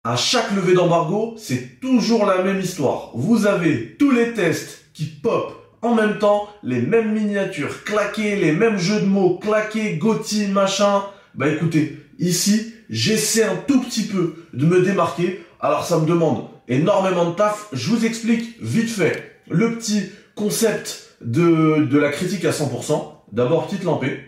À chaque levée d'embargo, c'est toujours la même histoire. Vous avez tous les tests qui pop en même temps, les mêmes miniatures claquées, les mêmes jeux de mots claqués, Gotti, machin. Bah écoutez, ici, j'essaie un tout petit peu de me démarquer. Alors ça me demande énormément de taf. Je vous explique vite fait le petit concept de la critique à 100%. D'abord, petite lampée.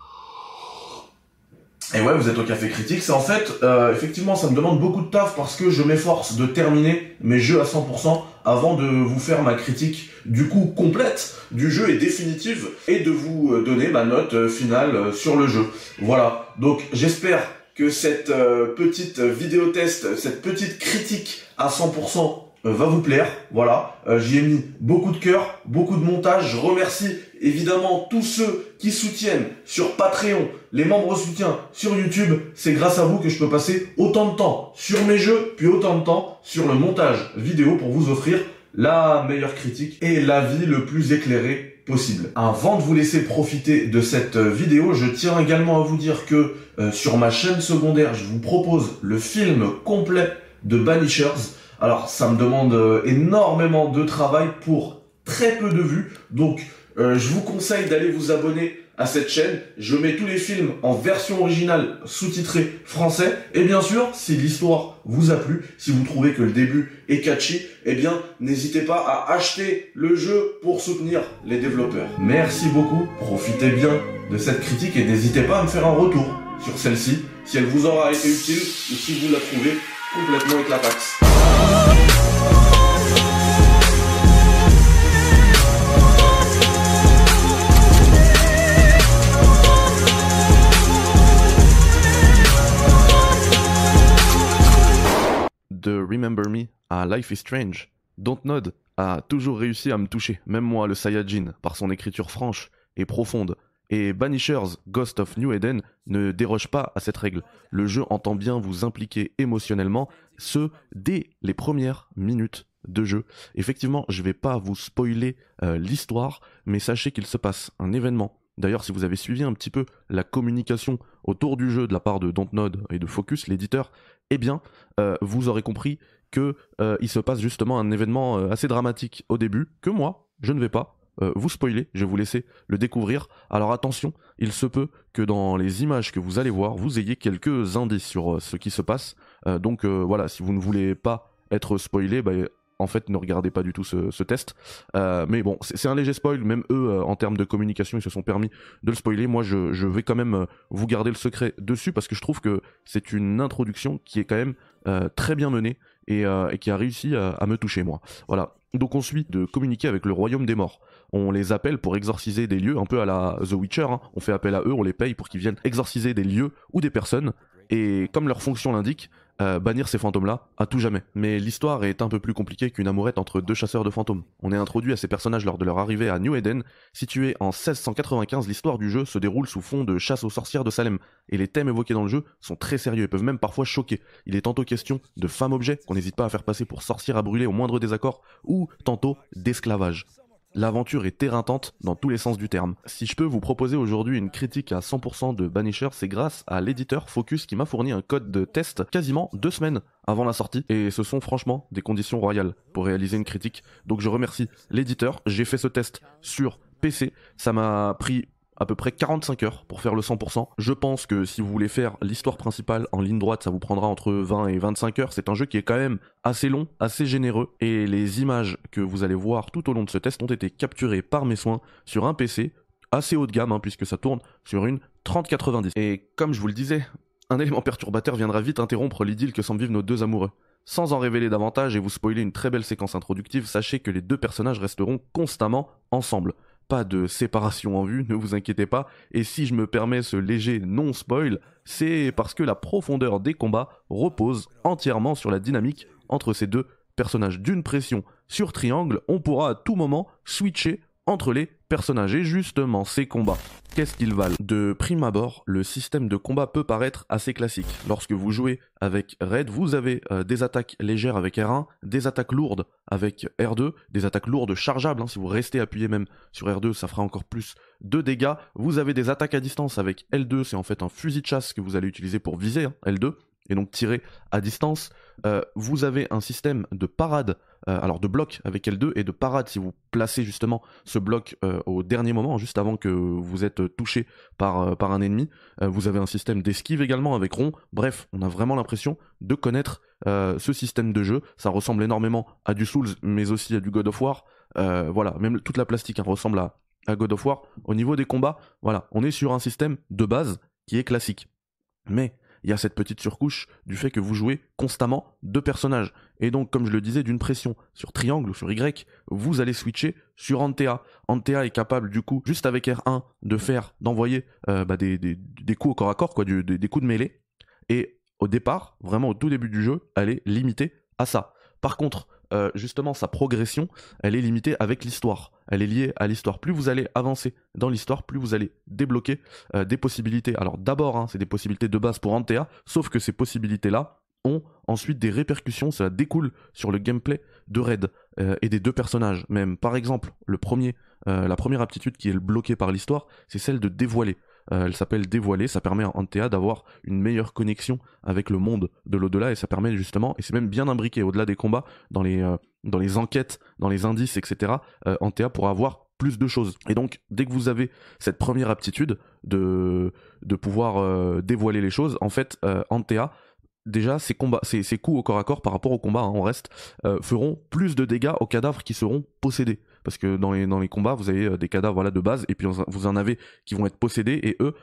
Et ouais, vous êtes au Café Critique. C'est en fait, effectivement, ça me demande beaucoup de taf parce que je m'efforce de terminer mes jeux à 100% avant de vous faire ma critique, du coup, complète du jeu et définitive, et de vous donner ma note finale sur le jeu. Voilà. Donc, j'espère que cette petite vidéo test, cette petite critique à 100% va vous plaire. Voilà, j'y ai mis beaucoup de cœur, beaucoup de montage. Je remercie évidemment tous ceux qui soutiennent sur Patreon, les membres soutiens sur YouTube. C'est grâce à vous que je peux passer autant de temps sur mes jeux, puis autant de temps sur le montage vidéo pour vous offrir la meilleure critique et l'avis le plus éclairé possible. Avant de vous laisser profiter de cette vidéo, je tiens également à vous dire que sur ma chaîne secondaire, je vous propose le film complet de Banishers. Alors, ça me demande énormément de travail pour très peu de vues. Donc, je vous conseille d'aller vous abonner à cette chaîne. Je mets tous les films en version originale sous-titrée français. Et bien sûr, si l'histoire vous a plu, si vous trouvez que le début est catchy, eh bien, n'hésitez pas à acheter le jeu pour soutenir les développeurs. Merci beaucoup. Profitez bien de cette critique et n'hésitez pas à me faire un retour sur celle-ci, si elle vous aura été utile ou si vous la trouvez complètement éclataxe. De Remember Me à Life is Strange, Dontnod a toujours réussi à me toucher, même moi le Saiyajin, par son écriture franche et profonde. Et Banishers Ghost of New Eden ne déroge pas à cette règle. Le jeu entend bien vous impliquer émotionnellement, ce dès les premières minutes de jeu. Effectivement, je vais pas vous spoiler l'histoire, mais sachez qu'il se passe un événement. D'ailleurs, si vous avez suivi un petit peu la communication autour du jeu de la part de Dontnod et de Focus, l'éditeur, eh bien, vous aurez compris que il se passe justement un événement assez dramatique au début, que moi, je ne vais pas vous spoiler, je vais vous laisser le découvrir. Alors attention, il se peut que dans les images que vous allez voir, vous ayez quelques indices sur ce qui se passe. Donc voilà, si vous ne voulez pas être spoilé, en fait, ne regardez pas du tout ce test. Mais bon, c'est un léger spoil. Même eux, en termes de communication, ils se sont permis de le spoiler. Moi, je vais quand même vous garder le secret dessus parce que je trouve que c'est une introduction qui est quand même très bien menée et qui a réussi à me toucher, moi. Voilà. Donc on suit de communiquer avec le royaume des morts. On les appelle pour exorciser des lieux, un peu à la The Witcher, hein. On fait appel à eux, on les paye pour qu'ils viennent exorciser des lieux ou des personnes. Et comme leur fonction l'indique, bannir ces fantômes-là à tout jamais. Mais l'histoire est un peu plus compliquée qu'une amourette entre deux chasseurs de fantômes. On est introduit à ces personnages lors de leur arrivée à New Eden. Située en 1695, l'histoire du jeu se déroule sous fond de chasse aux sorcières de Salem. Et les thèmes évoqués dans le jeu sont très sérieux et peuvent même parfois choquer. Il est tantôt question de femmes-objets, qu'on n'hésite pas à faire passer pour sorcières à brûler au moindre désaccord, ou tantôt d'esclavage. L'aventure est éreintante dans tous les sens du terme. Si je peux vous proposer aujourd'hui une critique à 100% de Banisher, c'est grâce à l'éditeur Focus qui m'a fourni un code de test quasiment 2 semaines avant la sortie. Et ce sont franchement des conditions royales pour réaliser une critique. Donc je remercie l'éditeur. J'ai fait ce test sur PC. Ça m'a pris à peu près 45 heures pour faire le 100%. Je pense que si vous voulez faire l'histoire principale en ligne droite, ça vous prendra entre 20 et 25 heures. C'est un jeu qui est quand même assez long, assez généreux. Et les images que vous allez voir tout au long de ce test ont été capturées par mes soins sur un PC assez haut de gamme, puisque ça tourne sur une 3090. Et comme je vous le disais, un élément perturbateur viendra vite interrompre l'idylle que semblent vivre nos deux amoureux. Sans en révéler davantage et vous spoiler une très belle séquence introductive, sachez que les deux personnages resteront constamment ensemble. Pas de séparation en vue, ne vous inquiétez pas, et si je me permets ce léger non-spoil, c'est parce que la profondeur des combats repose entièrement sur la dynamique entre ces deux personnages. D'une pression sur triangle, on pourra à tout moment switcher entre les personnages. Et justement, ces combats, qu'est-ce qu'ils valent? De prime abord, le système de combat peut paraître assez classique. Lorsque vous jouez avec Raid, vous avez des attaques légères avec R1, des attaques lourdes avec R2, des attaques lourdes chargeables, si vous restez appuyé même sur R2, ça fera encore plus de dégâts. Vous avez des attaques à distance avec L2, c'est en fait un fusil de chasse que vous allez utiliser pour viser, L2. et donc tirer à distance. Vous avez un système de parade, alors de bloc avec L2 et de parade si vous placez justement ce bloc au dernier moment, juste avant que vous êtes touché par un ennemi. Vous avez un système d'esquive également avec rond. Bref, on a vraiment l'impression de connaître ce système de jeu. Ça ressemble énormément à du Souls, mais aussi à du God of War. Voilà, même toute la plastique ressemble à God of War. Au niveau des combats, voilà, on est sur un système de base qui est classique. Mais il y a cette petite surcouche du fait que vous jouez constamment deux personnages. Et donc, comme je le disais, d'une pression sur triangle ou sur Y, vous allez switcher sur Antea. Antea est capable, du coup, juste avec R1, d'envoyer des coups au corps à corps, quoi, des coups de mêlée. Et au départ, vraiment au tout début du jeu, elle est limitée à ça. Par contre, justement, sa progression, elle est limitée avec l'histoire. Elle est liée à l'histoire. Plus vous allez avancer dans l'histoire, plus vous allez débloquer des possibilités. Alors d'abord, c'est des possibilités de base pour Antea, sauf que ces possibilités-là ont ensuite des répercussions, ça découle sur le gameplay de Red et des deux personnages. Même par exemple, la première aptitude qui est bloquée par l'histoire, c'est celle de dévoiler. Elle s'appelle dévoiler, ça permet à Antea d'avoir une meilleure connexion avec le monde de l'au-delà et ça permet justement, et c'est même bien imbriqué au-delà des combats, dans les enquêtes, dans les indices, etc. Antea pourra avoir plus de choses. Et donc, dès que vous avez cette première aptitude de pouvoir dévoiler les choses, en fait, Antea, déjà, ces coups au corps à corps par rapport au combat, on reste, feront plus de dégâts aux cadavres qui seront possédés. Parce que dans les combats, vous avez des cadavres de base, et puis vous en avez qui vont être possédés, et eux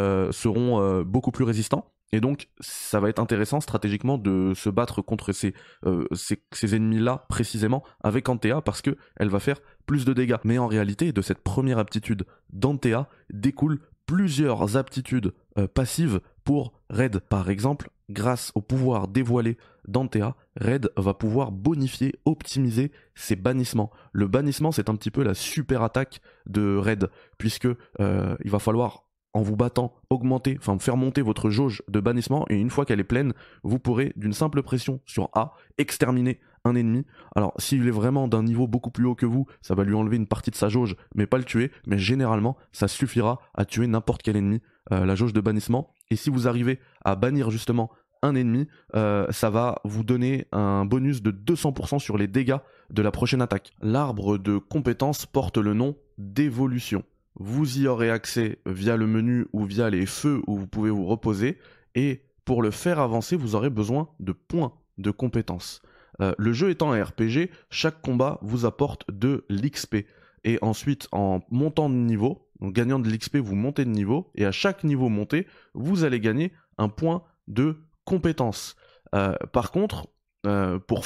seront beaucoup plus résistants. Et donc, ça va être intéressant stratégiquement de se battre contre ces ennemis-là, précisément, avec Antea, parce qu'elle va faire plus de dégâts. Mais en réalité, de cette première aptitude d'Antea, découlent plusieurs aptitudes passives pour Red. Par exemple, grâce au pouvoir dévoilé d'Antea, Red va pouvoir bonifier, optimiser ses bannissements. Le bannissement, c'est un petit peu la super attaque de Red, puisque il va falloir, en vous battant, faire monter votre jauge de bannissement, et une fois qu'elle est pleine, vous pourrez, d'une simple pression sur A, exterminer un ennemi. Alors, s'il est vraiment d'un niveau beaucoup plus haut que vous, ça va lui enlever une partie de sa jauge, mais pas le tuer, mais généralement, ça suffira à tuer n'importe quel ennemi, la jauge de bannissement. Et si vous arrivez à bannir justement un ennemi, ça va vous donner un bonus de 200% sur les dégâts de la prochaine attaque. L'arbre de compétences porte le nom d'évolution. Vous y aurez accès via le menu ou via les feux où vous pouvez vous reposer, et pour le faire avancer, vous aurez besoin de points de compétences. Le jeu étant un RPG, chaque combat vous apporte de l'XP. Et ensuite, en montant de niveau, en gagnant de l'XP, vous montez de niveau, et à chaque niveau monté, vous allez gagner un point de compétence. Par contre, pour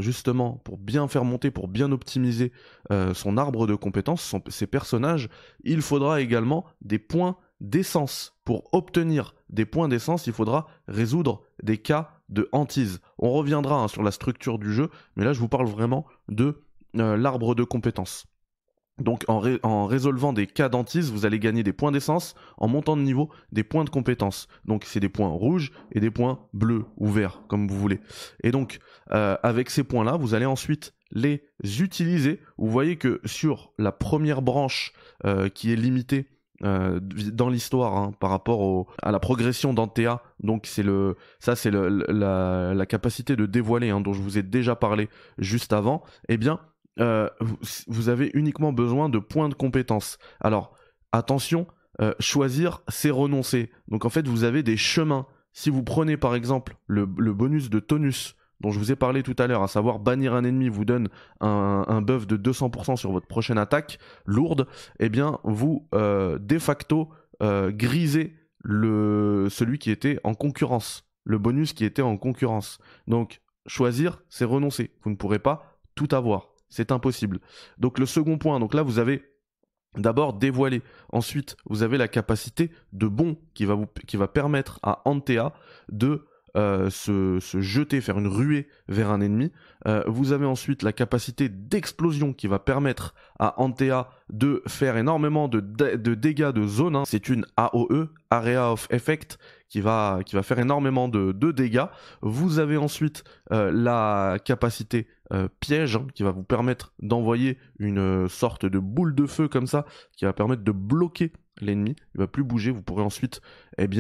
bien faire monter, pour bien optimiser son arbre de compétences, ses personnages, il faudra également des points d'essence. Pour obtenir des points d'essence, il faudra résoudre des cas de hantise. On reviendra sur la structure du jeu, mais là je vous parle vraiment de l'arbre de compétences. Donc en résolvant des cas d'hantise, vous allez gagner des points d'essence, en montant de niveau, des points de compétence. Donc c'est des points rouges et des points bleus ou verts, comme vous voulez. Et donc avec ces points-là, vous allez ensuite les utiliser. Vous voyez que sur la première branche qui est limitée dans l'histoire par rapport à la progression d'Antea, donc c'est la capacité de dévoiler dont je vous ai déjà parlé juste avant, eh bien vous avez uniquement besoin de points de compétence. Alors attention, choisir c'est renoncer. Donc en fait vous avez des chemins. Si vous prenez par exemple le bonus de tonus dont je vous ai parlé tout à l'heure, à savoir bannir un ennemi vous donne un buff de 200% sur votre prochaine attaque lourde, eh bien vous de facto grisez celui qui était en concurrence, le bonus qui était en concurrence. Donc choisir c'est renoncer. Vous ne pourrez pas tout avoir. C'est impossible. Donc le second point, donc là vous avez d'abord dévoilé. Ensuite, vous avez la capacité de bond qui va permettre à Antea de se jeter, faire une ruée vers un ennemi. Vous avez ensuite la capacité d'explosion qui va permettre à Antea de faire énormément de dégâts de zone. C'est une AOE, Area of Effect, qui va faire énormément de dégâts. Vous avez ensuite la capacité piège qui va vous permettre d'envoyer une sorte de boule de feu comme ça, qui va permettre de bloquer l'ennemi. Il va plus bouger. Vous pourrez ensuite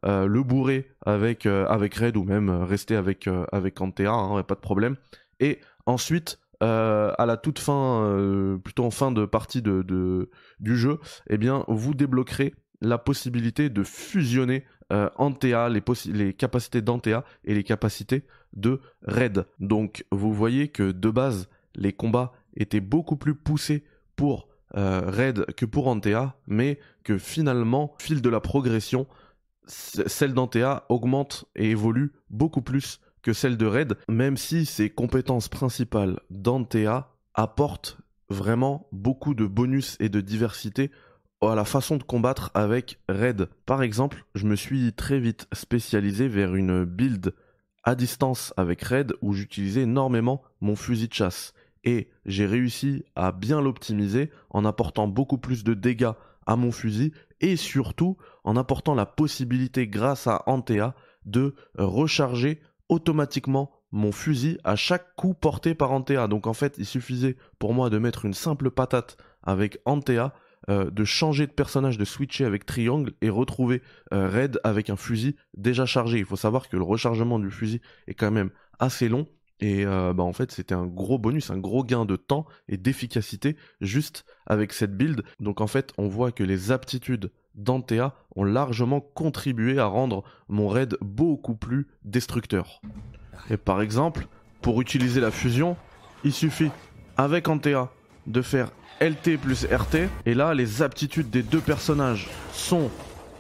le bourrer avec Red ou même rester avec Antea, hein, pas de problème. Et ensuite, à la toute fin, plutôt en fin de partie du jeu, eh bien, vous débloquerez la possibilité de fusionner Antea, les capacités d'Antea et les capacités de Red. Donc vous voyez que de base, les combats étaient beaucoup plus poussés pour Red que pour Antea, mais que finalement, au fil de la progression, celle d'Antea augmente et évolue beaucoup plus que celle de Red, même si ses compétences principales d'Antea apportent vraiment beaucoup de bonus et de diversité à la façon de combattre avec Red. Par exemple, je me suis très vite spécialisé vers une build à distance avec Red où j'utilisais énormément mon fusil de chasse. Et j'ai réussi à bien l'optimiser en apportant beaucoup plus de dégâts à mon fusil et surtout en apportant la possibilité grâce à Antea de recharger automatiquement mon fusil à chaque coup porté par Antea. Donc en fait, il suffisait pour moi de mettre une simple patate avec Antea, de changer de personnage, de switcher avec Triangle et retrouver Red avec un fusil déjà chargé. Il faut savoir que le rechargement du fusil est quand même assez long et en fait c'était un gros bonus, un gros gain de temps et d'efficacité juste avec cette build. Donc en fait on voit que les aptitudes d'Antea ont largement contribué à rendre mon Red beaucoup plus destructeur. Et par exemple, pour utiliser la fusion, il suffit avec Antea de faire LT plus RT, et là les aptitudes des deux personnages sont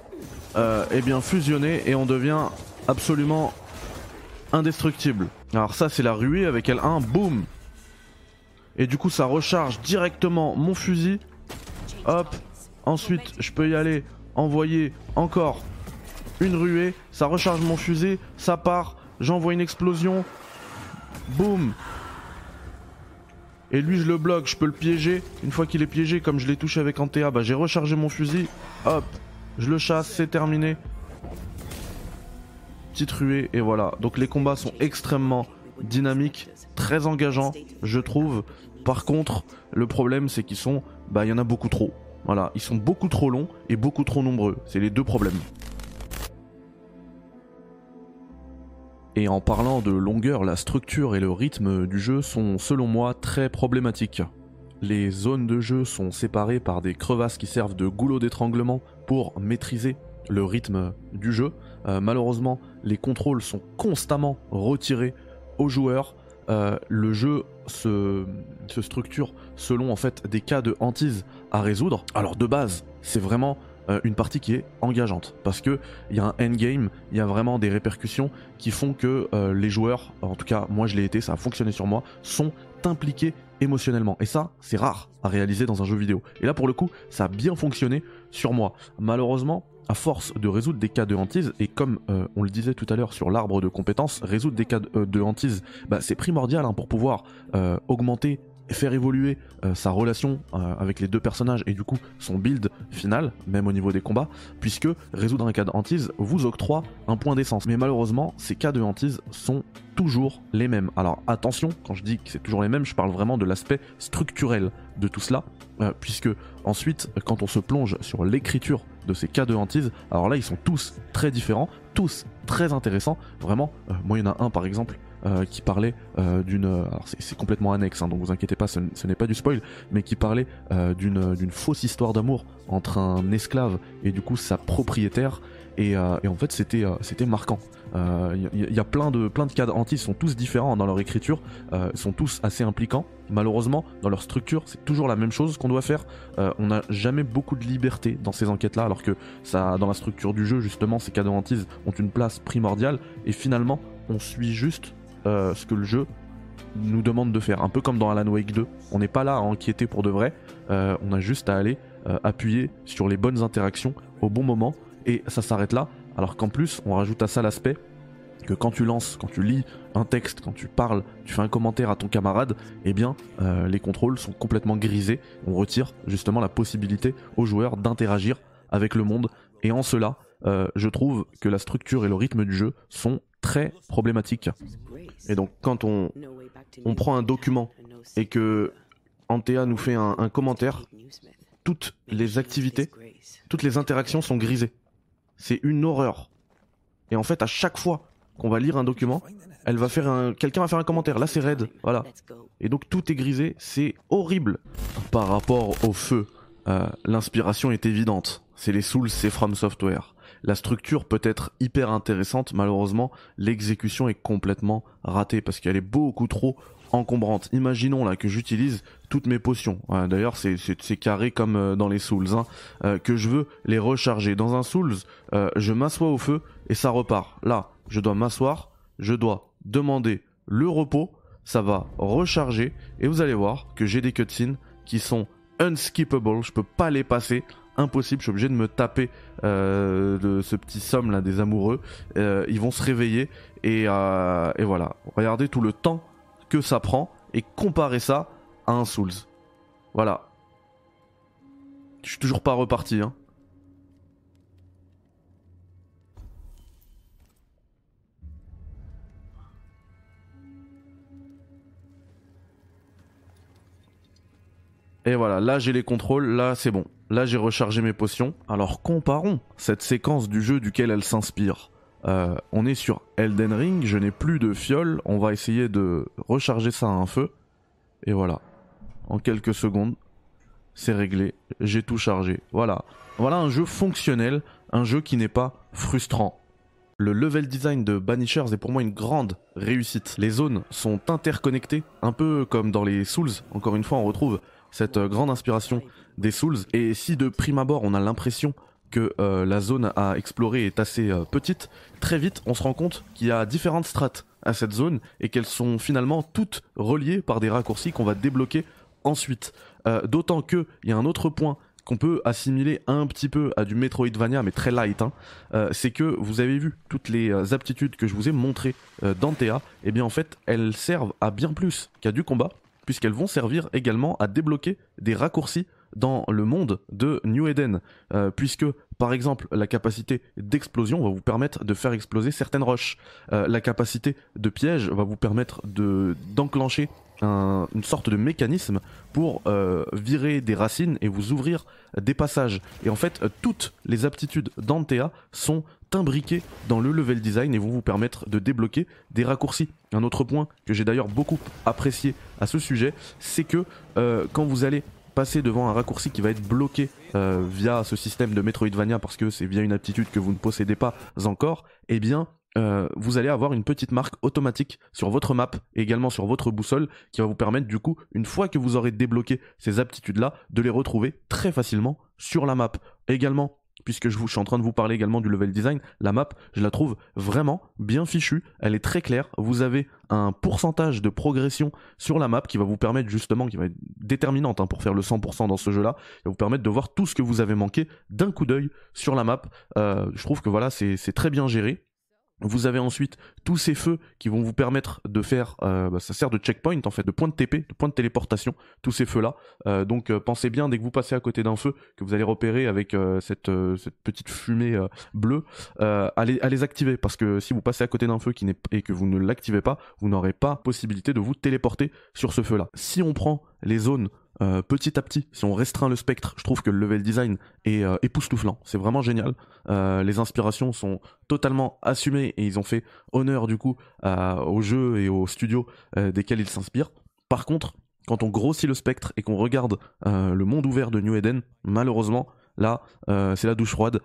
fusionnées et on devient absolument indestructible. Alors ça c'est la ruée avec L1, boum. Et du coup ça recharge directement mon fusil. Hop, ensuite je peux y aller, envoyer encore une ruée, ça recharge mon fusil, ça part, j'envoie une explosion, boum. Et lui je le bloque, je peux le piéger. Une fois qu'il est piégé, comme je l'ai touché avec Antea, j'ai rechargé mon fusil. Hop, je le chasse, c'est terminé. Petite ruée et voilà. Donc les combats sont extrêmement dynamiques, très engageants, je trouve. Par contre, le problème c'est qu'ils sont, il y en a beaucoup trop. Voilà, ils sont beaucoup trop longs et beaucoup trop nombreux. C'est les deux problèmes. Et en parlant de longueur, la structure et le rythme du jeu sont selon moi très problématiques. Les zones de jeu sont séparées par des crevasses qui servent de goulot d'étranglement pour maîtriser le rythme du jeu. Malheureusement, les contrôles sont constamment retirés aux joueurs. Le jeu se structure selon en fait des cas de hantise à résoudre. Alors de base, c'est vraiment une partie qui est engageante parce que il y a un endgame, il y a vraiment des répercussions qui font que les joueurs, en tout cas moi je l'ai été, ça a fonctionné sur moi, sont impliqués émotionnellement et ça c'est rare à réaliser dans un jeu vidéo. Et là pour le coup ça a bien fonctionné sur moi. Malheureusement, à force de résoudre des cas de hantise, et comme on le disait tout à l'heure sur l'arbre de compétences, résoudre des cas de hantise, c'est primordial pour pouvoir augmenter et faire évoluer sa relation avec les deux personnages et du coup son build final, même au niveau des combats, puisque résoudre un cas de hantise vous octroie un point d'essence. Mais malheureusement, ces cas de hantise sont toujours les mêmes. Alors attention, quand je dis que c'est toujours les mêmes, je parle vraiment de l'aspect structurel de tout cela, puisque ensuite, quand on se plonge sur l'écriture de ces cas de hantise, alors là ils sont tous très différents, tous très intéressants. Vraiment, moi il y en a un par exemple qui parlait d'une... Alors c'est complètement annexe, donc vous inquiétez pas, ce n'est pas du spoil, mais qui parlait d'une fausse histoire d'amour entre un esclave et du coup sa propriétaire, et en fait c'était marquant. Il y a plein de cas de hantise, sont tous différents dans leur écriture, sont tous assez impliquants. Malheureusement, dans leur structure, c'est toujours la même chose qu'on doit faire. On n'a jamais beaucoup de liberté dans ces enquêtes-là, alors que ça, dans la structure du jeu, justement, ces cas de hantise ont une place primordiale, et finalement, on suit juste ce que le jeu nous demande de faire. Un peu comme dans Alan Wake 2, on n'est pas là à enquêter pour de vrai, on a juste à aller appuyer sur les bonnes interactions au bon moment, et ça s'arrête là. Alors qu'en plus, on rajoute à ça l'aspect que quand tu lis un texte, quand tu parles, tu fais un commentaire à ton camarade, eh bien, les contrôles sont complètement grisés. On retire justement la possibilité aux joueurs d'interagir avec le monde. Et en cela, je trouve que la structure et le rythme du jeu sont très problématiques. Et donc, quand on prend un document et que Antea nous fait un commentaire, toutes les activités, toutes les interactions sont grisées. C'est une horreur. Et en fait, à chaque fois qu'on va lire un document, quelqu'un va faire un commentaire. Là, c'est raid, voilà. Et donc tout est grisé, c'est horrible. Par rapport au feu, l'inspiration est évidente. C'est les Souls, c'est From Software. La structure peut être hyper intéressante, malheureusement, l'exécution est complètement ratée parce qu'elle est beaucoup trop encombrante. Imaginons là que j'utilise toutes mes potions. D'ailleurs, c'est carré comme dans les Souls, que je veux les recharger. Dans un Souls, je m'assois au feu et ça repart. Là, je dois m'asseoir, je dois demander le repos, ça va recharger et vous allez voir que j'ai des cutscenes qui sont unskippable, je peux pas les passer. Impossible, je suis obligé de me taper ce petit somme là des amoureux. Ils vont se réveiller et voilà. Regardez tout le temps que ça prend et comparez ça à un Souls. Voilà. Je suis toujours pas reparti, hein. Et voilà, là j'ai les contrôles, là c'est bon. Là j'ai rechargé mes potions. Alors comparons cette séquence du jeu duquel elle s'inspire. On est sur Elden Ring, je n'ai plus de fiole, on va essayer de recharger ça à un feu. Et voilà, en quelques secondes, c'est réglé, j'ai tout chargé. Voilà, voilà un jeu fonctionnel, un jeu qui n'est pas frustrant. Le level design de Banishers est pour moi une grande réussite. Les zones sont interconnectées, un peu comme dans les Souls. Encore une fois, on retrouve cette grande inspiration des Souls. Et si de prime abord on a l'impression que la zone à explorer est assez petite, très vite on se rend compte qu'il y a différentes strates à cette zone et qu'elles sont finalement toutes reliées par des raccourcis qu'on va débloquer ensuite. D'autant qu'il y a un autre point qu'on peut assimiler un petit peu à du Metroidvania, mais très light, c'est que vous avez vu toutes les aptitudes que je vous ai montrées dans Théa, et bien en fait elles servent à bien plus qu'à du combat, puisqu'elles vont servir également à débloquer des raccourcis dans le monde de New Eden, puisque par exemple la capacité d'explosion va vous permettre de faire exploser certaines roches, la capacité de piège va vous permettre d'enclencher une sorte de mécanisme pour virer des racines et vous ouvrir des passages. Et en fait, toutes les aptitudes d'Antea sont imbriquées dans le level design et vont vous permettre de débloquer des raccourcis. Un autre point que j'ai d'ailleurs beaucoup apprécié à ce sujet, c'est que quand vous allez passer devant un raccourci qui va être bloqué via ce système de Metroidvania parce que c'est via une aptitude que vous ne possédez pas encore, eh bien vous allez avoir une petite marque automatique sur votre map et également sur votre boussole qui va vous permettre du coup, une fois que vous aurez débloqué ces aptitudes là, de les retrouver très facilement sur la map. Également, puisque je suis en train de vous parler également du level design, la map, je la trouve vraiment bien fichue, elle est très claire, vous avez un pourcentage de progression sur la map qui va vous permettre justement, qui va être déterminante pour faire le 100% dans ce jeu-là, qui va vous permettre de voir tout ce que vous avez manqué d'un coup d'œil sur la map. Je trouve que voilà, c'est très bien géré. Vous avez ensuite tous ces feux qui vont vous permettre de faire, ça sert de checkpoint en fait, de point de TP, de point de téléportation, tous ces feux-là. Donc pensez bien dès que vous passez à côté d'un feu, que vous allez repérer avec cette petite fumée bleue, à les activer. Parce que si vous passez à côté d'un feu et que vous ne l'activez pas, vous n'aurez pas possibilité de vous téléporter sur ce feu-là. Si on prend les zones petit à petit, si on restreint le spectre, je trouve que le level design est époustouflant, c'est vraiment génial. Les inspirations sont totalement assumées et ils ont fait honneur du coup au jeu et aux studios desquels ils s'inspirent. Par contre, quand on grossit le spectre et qu'on regarde le monde ouvert de New Eden, malheureusement, là, c'est la douche froide,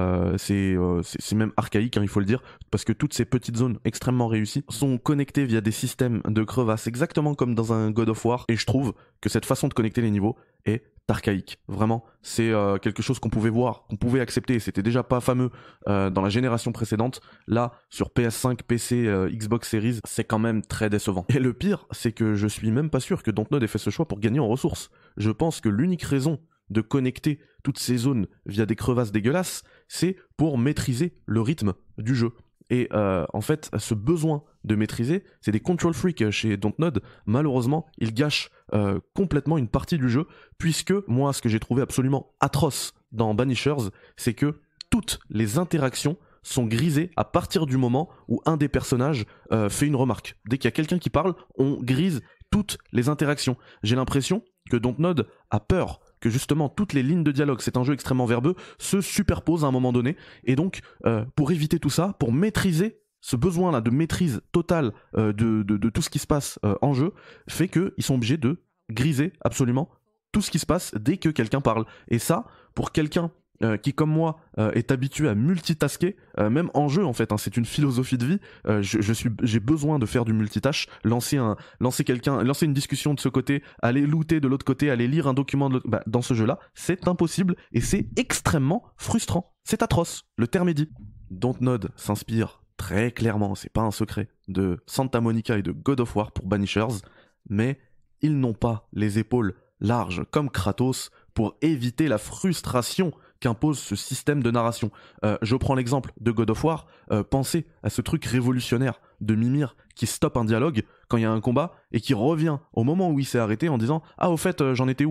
c'est même archaïque, il faut le dire, parce que toutes ces petites zones extrêmement réussies sont connectées via des systèmes de crevasses, exactement comme dans un God of War, et je trouve que cette façon de connecter les niveaux est archaïque. Vraiment, c'est quelque chose qu'on pouvait voir, qu'on pouvait accepter, c'était déjà pas fameux dans la génération précédente. Là, sur PS5, PC, Xbox Series, c'est quand même très décevant. Et le pire, c'est que je suis même pas sûr que Dontnod ait fait ce choix pour gagner en ressources. Je pense que l'unique raison de connecter toutes ces zones via des crevasses dégueulasses, c'est pour maîtriser le rythme du jeu. Et en fait, ce besoin de maîtriser, c'est des control freaks chez Dontnod. Malheureusement, ils gâchent complètement une partie du jeu, puisque moi, ce que j'ai trouvé absolument atroce dans Banishers, c'est que toutes les interactions sont grisées à partir du moment où un des personnages fait une remarque. Dès qu'il y a quelqu'un qui parle, on grise toutes les interactions. J'ai l'impression que Dontnod a peur que justement toutes les lignes de dialogue, c'est un jeu extrêmement verbeux, se superposent à un moment donné. Et donc, pour éviter tout ça, pour maîtriser ce besoin-là de maîtrise totale de tout ce qui se passe en jeu, fait qu'ils sont obligés de griser absolument tout ce qui se passe dès que quelqu'un parle. Et ça, pour quelqu'un qui, comme moi, est habitué à multitasker, même en jeu en fait, hein, c'est une philosophie de vie. J'ai besoin de faire du multitâche, lancer une discussion de ce côté, aller looter de l'autre côté, aller lire un document de l'autre. Bah, dans ce jeu-là, c'est impossible et c'est extrêmement frustrant. C'est atroce. Le terme est dit. Dontnod s'inspire très clairement, c'est pas un secret, de Santa Monica et de God of War pour Banishers, mais ils n'ont pas les épaules larges comme Kratos pour éviter la frustration qu'impose ce système de narration. Je prends l'exemple de God of War, pensez à ce truc révolutionnaire de Mimir qui stoppe un dialogue quand il y a un combat et qui revient au moment où il s'est arrêté en disant « Ah au fait, j'en étais où ?»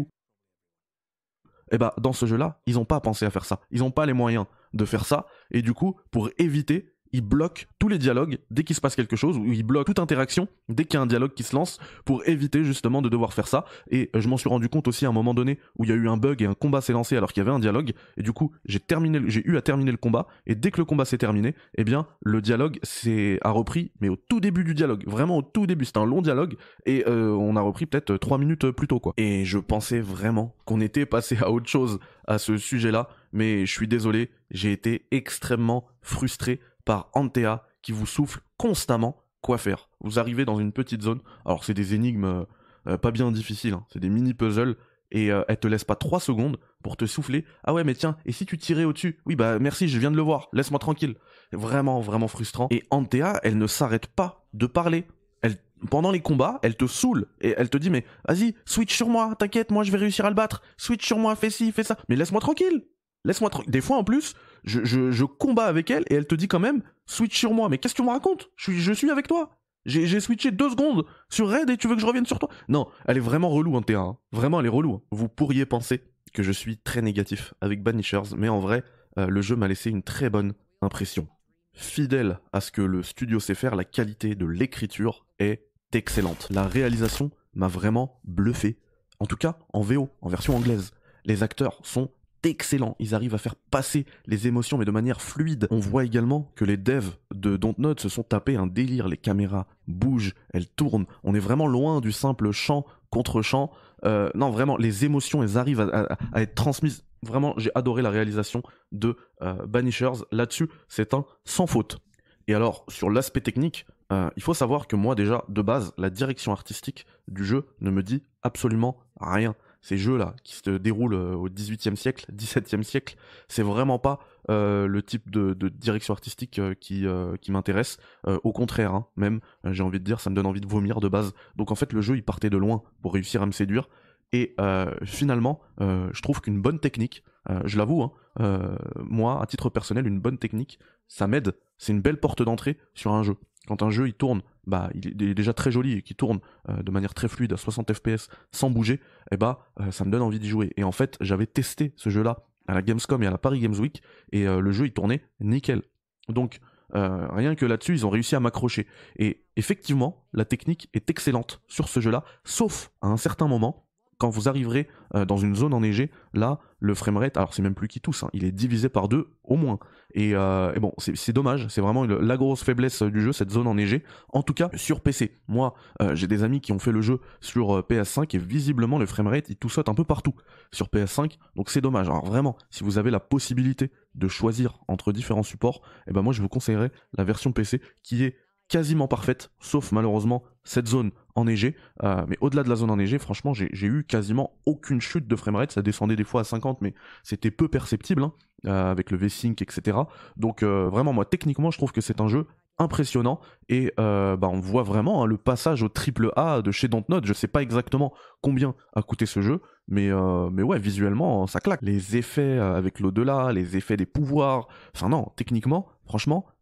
Et bah dans ce jeu-là, ils n'ont pas pensé à faire ça. Ils n'ont pas les moyens de faire ça et du coup, pour éviter, ils bloquent tous les dialogues dès qu'il se passe quelque chose, ou ils bloquent toute interaction dès qu'il y a un dialogue qui se lance pour éviter justement de devoir faire ça. Et je m'en suis rendu compte aussi à un moment donné où il y a eu un bug et un combat s'est lancé alors qu'il y avait un dialogue. Et du coup, j'ai eu à terminer le combat. Et dès que le combat s'est terminé, eh bien, le dialogue a repris, mais au tout début du dialogue. Vraiment au tout début. C'était un long dialogue. Et on a repris peut-être 3 minutes plus tôt, quoi. Et je pensais vraiment qu'on était passé à autre chose à ce sujet-là. Mais je suis désolé, j'ai été extrêmement frustré par Antea qui vous souffle constamment quoi faire. Vous arrivez dans une petite zone, alors c'est des énigmes pas bien difficiles, hein. C'est des mini-puzzles et elle te laisse pas 3 secondes pour te souffler. Ah ouais mais tiens, et si tu tirais au-dessus? Oui bah merci, je viens de le voir, laisse-moi tranquille. Vraiment, vraiment frustrant. Et Antea, elle ne s'arrête pas de parler. Pendant les combats, elle te saoule et elle te dit mais vas-y, switch sur moi, t'inquiète, moi je vais réussir à le battre. Switch sur moi, fais ci, fais ça. Mais laisse-moi tranquille. Des fois en plus, je combats avec elle et elle te dit quand même switch sur moi. Mais qu'est-ce que tu me racontes? Je suis avec toi. J'ai switché 2 secondes sur Raid et tu veux que je revienne sur toi? Non, elle est vraiment relou, Antea. Hein. Vraiment, elle est relou. Hein. Vous pourriez penser que je suis très négatif avec Banishers, mais en vrai, le jeu m'a laissé une très bonne impression. Fidèle à ce que le studio sait faire, la qualité de l'écriture est excellente. La réalisation m'a vraiment bluffé. En tout cas, en VO, en version anglaise. Les acteurs sont excellents, ils arrivent à faire passer les émotions mais de manière fluide. On voit également que les devs de Dontnod se sont tapés un délire, les caméras bougent, elles tournent, on est vraiment loin du simple chant contre chant. Non vraiment, les émotions elles arrivent à être transmises. Vraiment, j'ai adoré la réalisation de Banishers, là-dessus c'est un sans faute. Et alors, sur l'aspect technique, il faut savoir que moi déjà, de base, la direction artistique du jeu ne me dit absolument rien. Ces jeux-là, qui se déroulent au XVIIIe siècle, XVIIe siècle, c'est vraiment pas le type de direction artistique qui m'intéresse. Au contraire, hein, même, j'ai envie de dire, ça me donne envie de vomir de base. Donc en fait, le jeu, il partait de loin pour réussir à me séduire. Et finalement, je trouve qu'une bonne technique, je l'avoue, hein, moi, à titre personnel, une bonne technique, ça m'aide. C'est une belle porte d'entrée sur un jeu. Quand un jeu il tourne, bah il est déjà très joli et qui tourne de manière très fluide à 60 fps sans bouger, et ça me donne envie d'y jouer. Et en fait, j'avais testé ce jeu-là à la Gamescom et à la Paris Games Week et le jeu il tournait nickel. Donc rien que là-dessus, ils ont réussi à m'accrocher. Et effectivement, la technique est excellente sur ce jeu-là, sauf à un certain moment. Quand vous arriverez dans une zone enneigée, là, le framerate, alors c'est même plus qui tousse, hein, il est divisé par 2 au moins. Et bon, c'est dommage, c'est vraiment la grosse faiblesse du jeu, cette zone enneigée. En tout cas, sur PC. Moi, j'ai des amis qui ont fait le jeu sur PS5 et visiblement le framerate, il toussote un peu partout sur PS5, donc c'est dommage. Alors vraiment, si vous avez la possibilité de choisir entre différents supports, moi je vous conseillerais la version PC qui est quasiment parfaite, sauf malheureusement cette zone enneigée. Mais au-delà de la zone enneigée, franchement, j'ai eu quasiment aucune chute de framerate. Ça descendait des fois à 50, mais c'était peu perceptible, hein, avec le V-Sync, etc. Donc vraiment, moi, techniquement, je trouve que c'est un jeu impressionnant et on voit vraiment, hein, le passage au triple A de chez Dontnod. Je sais pas exactement combien a coûté ce jeu, mais ouais, visuellement ça claque. Les effets avec l'au-delà, les effets des pouvoirs, enfin non, techniquement, franchement,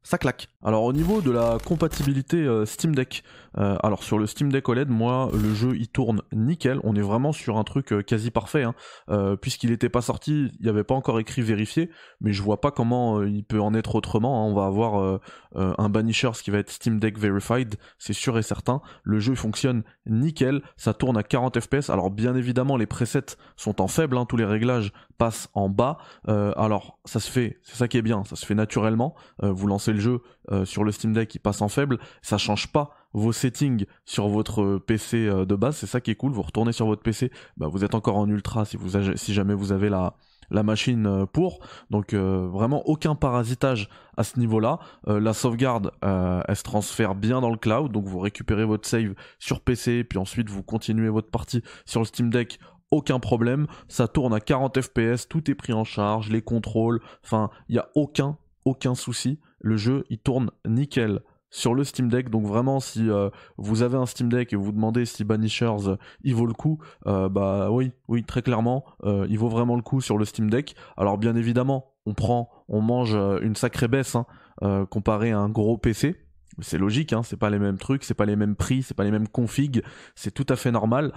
ça claque. Alors au niveau de la compatibilité Steam Deck, alors sur le Steam Deck OLED, moi le jeu il tourne nickel, on est vraiment sur un truc quasi parfait, hein. Puisqu'il n'était pas sorti, il n'y avait pas encore écrit vérifié, mais je vois pas comment il peut en être autrement, hein. On va avoir un Banishers qui va être Steam Deck Verified, c'est sûr et certain. Le jeu fonctionne nickel, ça tourne à 40 fps, alors bien évidemment les presets sont en faible, hein, tous les réglages passent en bas, alors ça se fait, c'est ça qui est bien, ça se fait naturellement, vous lancez le jeu sur le Steam Deck, il passe en faible, ça change pas vos settings sur votre PC de base, c'est ça qui est cool, vous retournez sur votre PC, bah vous êtes encore en ultra si jamais vous avez la machine pour, donc vraiment aucun parasitage à ce niveau-là. La sauvegarde, elle se transfère bien dans le cloud, donc vous récupérez votre save sur PC, puis ensuite vous continuez votre partie sur le Steam Deck, aucun problème, ça tourne à 40 fps, tout est pris en charge, les contrôles, enfin, il n'y a aucun souci, le jeu, il tourne nickel sur le Steam Deck, donc vraiment si vous avez un Steam Deck et vous vous demandez si Banishers il vaut le coup, bah oui très clairement il vaut vraiment le coup sur le Steam Deck. Alors bien évidemment on mange une sacrée baisse, hein, comparé à un gros PC, c'est logique, hein, c'est pas les mêmes trucs, c'est pas les mêmes prix, c'est pas les mêmes configs, c'est tout à fait normal,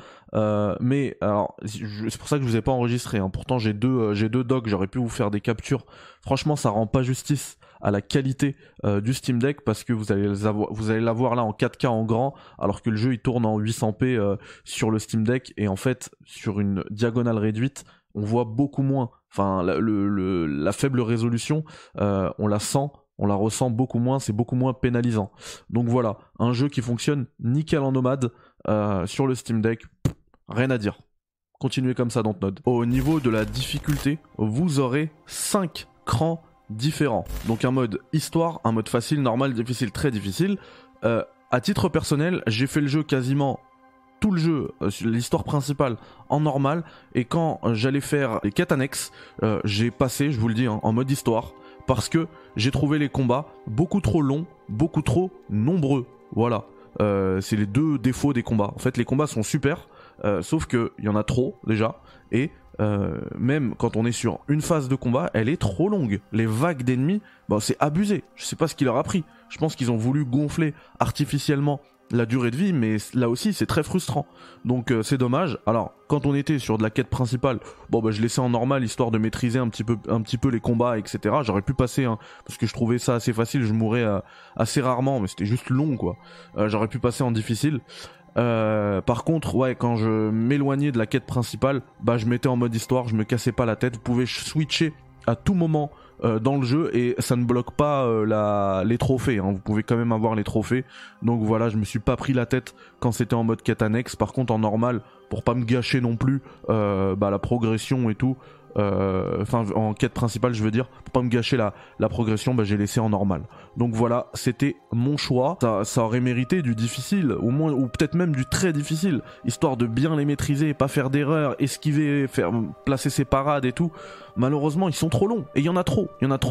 mais alors c'est pour ça que je vous ai pas enregistré, hein. Pourtant j'ai deux docs, j'aurais pu vous faire des captures, franchement ça rend pas justice à la qualité du Steam Deck, parce que vous allez l'avoir là en 4K en grand, alors que le jeu il tourne en 800p sur le Steam Deck, et en fait sur une diagonale réduite on voit beaucoup moins, enfin la faible résolution on la sent, on la ressent beaucoup moins, c'est beaucoup moins pénalisant. Donc voilà, un jeu qui fonctionne nickel en nomade sur le Steam Deck, rien à dire. Continuez comme ça Dontnod. Au niveau de la difficulté, vous aurez 5 crans différents. Donc un mode histoire, un mode facile, normal, difficile, très difficile. À titre personnel, j'ai fait le jeu quasiment tout le jeu, l'histoire principale en normal, et quand j'allais faire les quêtes annexes, j'ai passé, je vous le dis, hein, en mode histoire, parce que j'ai trouvé les combats beaucoup trop longs, beaucoup trop nombreux. Voilà, c'est les deux défauts des combats. En fait, les combats sont super, sauf qu'il y en a trop déjà, et même quand on est sur une phase de combat, elle est trop longue. Les vagues d'ennemis, bah, c'est abusé. Je sais pas ce qui leur a pris. Je pense qu'ils ont voulu gonfler artificiellement la durée de vie, mais là aussi c'est très frustrant, donc c'est dommage. Alors quand on était sur de la quête principale, bon bah je laissais en normal histoire de maîtriser un petit peu les combats, etc. J'aurais pu passer, hein, parce que je trouvais ça assez facile, je mourais assez rarement, mais c'était juste long quoi. J'aurais pu passer en difficile. Par contre, ouais, quand je m'éloignais de la quête principale, bah je mettais en mode histoire, je me cassais pas la tête. Vous pouvez switcher à tout moment dans le jeu, et ça ne bloque pas les trophées, hein. Vous pouvez quand même avoir les trophées, donc voilà, je me suis pas pris la tête quand c'était en mode quête annexe. Par contre en normal, pour pas me gâcher non plus la progression et tout, enfin en quête principale je veux dire, pour pas me gâcher la progression, bah j'ai laissé en normal. Donc voilà, c'était mon choix. Ça aurait mérité du difficile, au moins, ou peut-être même du très difficile, histoire de bien les maîtriser, pas faire d'erreurs, esquiver, placer ses parades et tout. Malheureusement ils sont trop longs, et il y en a trop.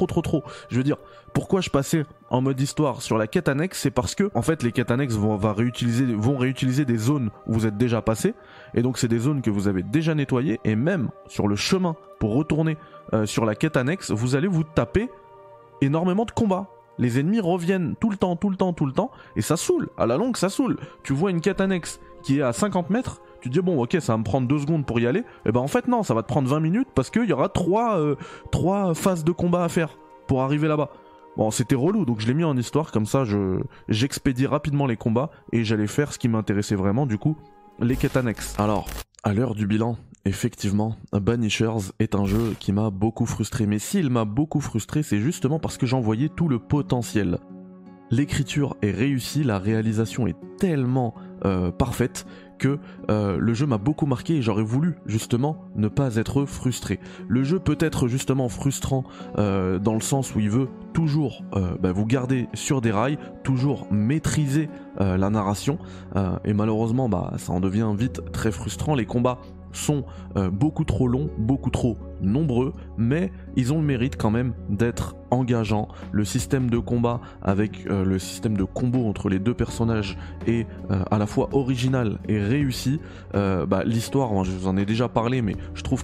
Je veux dire, pourquoi je passais en mode histoire sur la quête annexe, c'est parce que en fait les quêtes annexes vont réutiliser des zones où vous êtes déjà passé, et donc c'est des zones que vous avez déjà nettoyées, et même sur le chemin pour retourner sur la quête annexe, vous allez vous taper énormément de combats. Les ennemis reviennent tout le temps, et ça saoule, à la longue ça saoule. Tu vois une quête annexe qui est à 50 mètres, tu te dis bon ok ça va me prendre 2 secondes pour y aller, et ben en fait non, ça va te prendre 20 minutes, parce qu'il y aura 3 phases de combat à faire pour arriver là-bas. Bon, c'était relou, donc je l'ai mis en histoire, comme ça j'expédie rapidement les combats, et j'allais faire ce qui m'intéressait vraiment, du coup, les quêtes annexes. Alors, à l'heure du bilan, effectivement, Banishers est un jeu qui m'a beaucoup frustré, mais s'il m'a beaucoup frustré, c'est justement parce que j'en voyais tout le potentiel. L'écriture est réussie, la réalisation est tellement parfaite que le jeu m'a beaucoup marqué, et j'aurais voulu justement ne pas être frustré. Le jeu peut être justement frustrant dans le sens où il veut toujours vous garder sur des rails, toujours maîtriser la narration, et malheureusement ça en devient vite très frustrant. Les combats sont beaucoup trop longs, beaucoup trop nombreux, mais ils ont le mérite quand même d'être engageants. Le système de combat avec le système de combo entre les deux personnages est à la fois original et réussi. L'histoire, je vous en ai déjà parlé, mais je trouve qu'elle est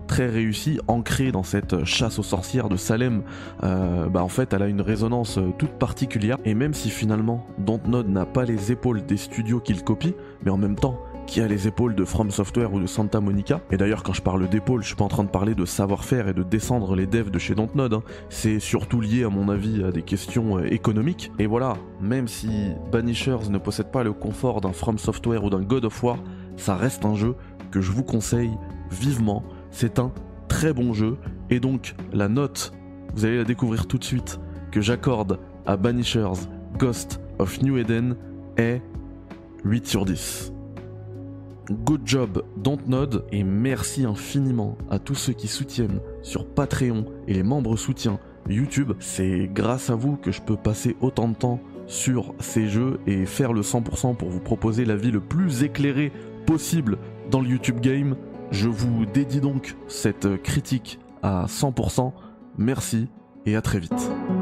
très réussie, ancrée dans cette chasse aux sorcières de Salem. En fait, elle a une résonance toute particulière. Et même si finalement, Dontnod n'a pas les épaules des studios qu'il copie, mais en même temps, qui a les épaules de From Software ou de Santa Monica. Et d'ailleurs, quand je parle d'épaules, je suis pas en train de parler de savoir-faire et de descendre les devs de chez Dontnod, hein. C'est surtout lié, à mon avis, à des questions économiques. Et voilà, même si Banishers ne possède pas le confort d'un From Software ou d'un God of War, ça reste un jeu que je vous conseille vivement. C'est un très bon jeu. Et donc, la note, vous allez la découvrir tout de suite, que j'accorde à Banishers Ghost of New Eden est 8 sur 10. Good job Dontnod, et merci infiniment à tous ceux qui soutiennent sur Patreon et les membres soutiens YouTube. C'est grâce à vous que je peux passer autant de temps sur ces jeux et faire le 100% pour vous proposer l'avis le plus éclairé possible dans le YouTube Game. Je vous dédie donc cette critique à 100%. Merci et à très vite.